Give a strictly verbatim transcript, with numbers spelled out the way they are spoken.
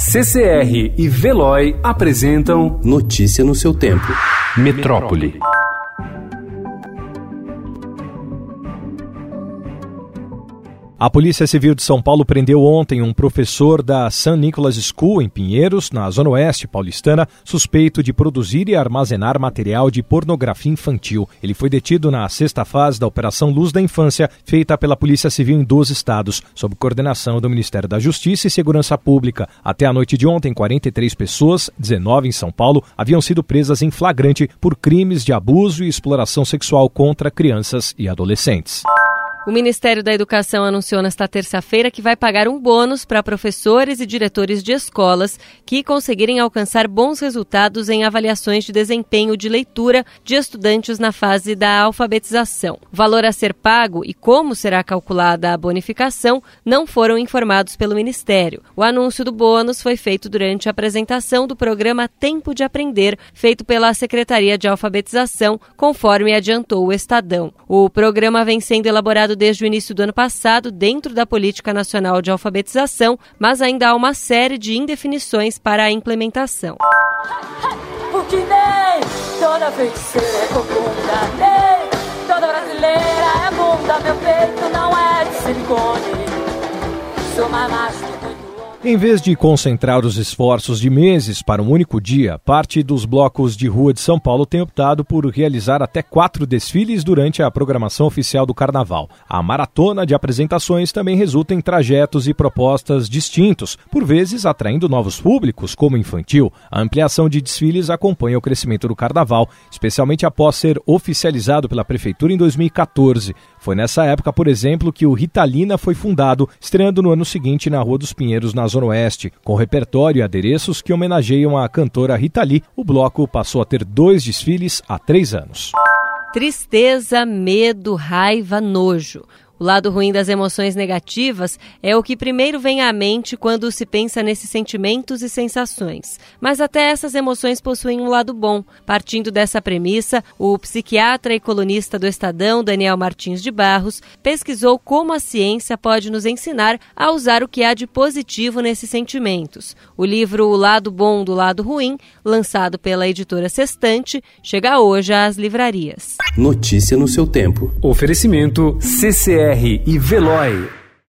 C C R e Veloy apresentam Notícia no seu tempo. Metrópole. A Polícia Civil de São Paulo prendeu ontem um professor da Saint Nicholas School, em Pinheiros, na Zona Oeste paulistana, suspeito de produzir e armazenar material de pornografia infantil. Ele foi detido na sexta fase da Operação Luz da Infância, feita pela Polícia Civil em doze estados, sob coordenação do Ministério da Justiça e Segurança Pública. Até a noite de ontem, quarenta e três pessoas, dezenove em São Paulo, haviam sido presas em flagrante por crimes de abuso e exploração sexual contra crianças e adolescentes. O Ministério da Educação anunciou nesta terça-feira que vai pagar um bônus para professores e diretores de escolas que conseguirem alcançar bons resultados em avaliações de desempenho de leitura de estudantes na fase da alfabetização. O valor a ser pago e como será calculada a bonificação não foram informados pelo Ministério. O anúncio do bônus foi feito durante a apresentação do programa Tempo de Aprender, feito pela Secretaria de Alfabetização, conforme adiantou o Estadão. O programa vem sendo elaborado desde o início do ano passado dentro da Política Nacional de Alfabetização, mas ainda há uma série de indefinições para a implementação. Porque nem toda feiticeira é cocunda, nem toda brasileira é bunda, meu peito não é de silicone, sou mais macho que muito. Em vez de concentrar os esforços de meses para um único dia, parte dos blocos de rua de São Paulo tem optado por realizar até quatro desfiles durante a programação oficial do Carnaval. A maratona de apresentações também resulta em trajetos e propostas distintos, por vezes atraindo novos públicos, como infantil. A ampliação de desfiles acompanha o crescimento do Carnaval, especialmente após ser oficializado pela Prefeitura em dois mil e catorze. Foi nessa época, por exemplo, que o Ritalina foi fundado, estreando no ano seguinte na Rua dos Pinheiros, na Zona Oeste. Com repertório e adereços que homenageiam a cantora Rita Lee, o bloco passou a ter dois desfiles há três anos. Tristeza, medo, raiva, nojo. O lado ruim das emoções negativas é o que primeiro vem à mente quando se pensa nesses sentimentos e sensações. Mas até essas emoções possuem um lado bom. Partindo dessa premissa, o psiquiatra e colunista do Estadão, Daniel Martins de Barros, pesquisou como a ciência pode nos ensinar a usar o que há de positivo nesses sentimentos. O livro O Lado Bom do Lado Ruim, lançado pela editora Sextante, chega hoje às livrarias. Notícia no seu tempo. Oferecimento C C R e Veloy.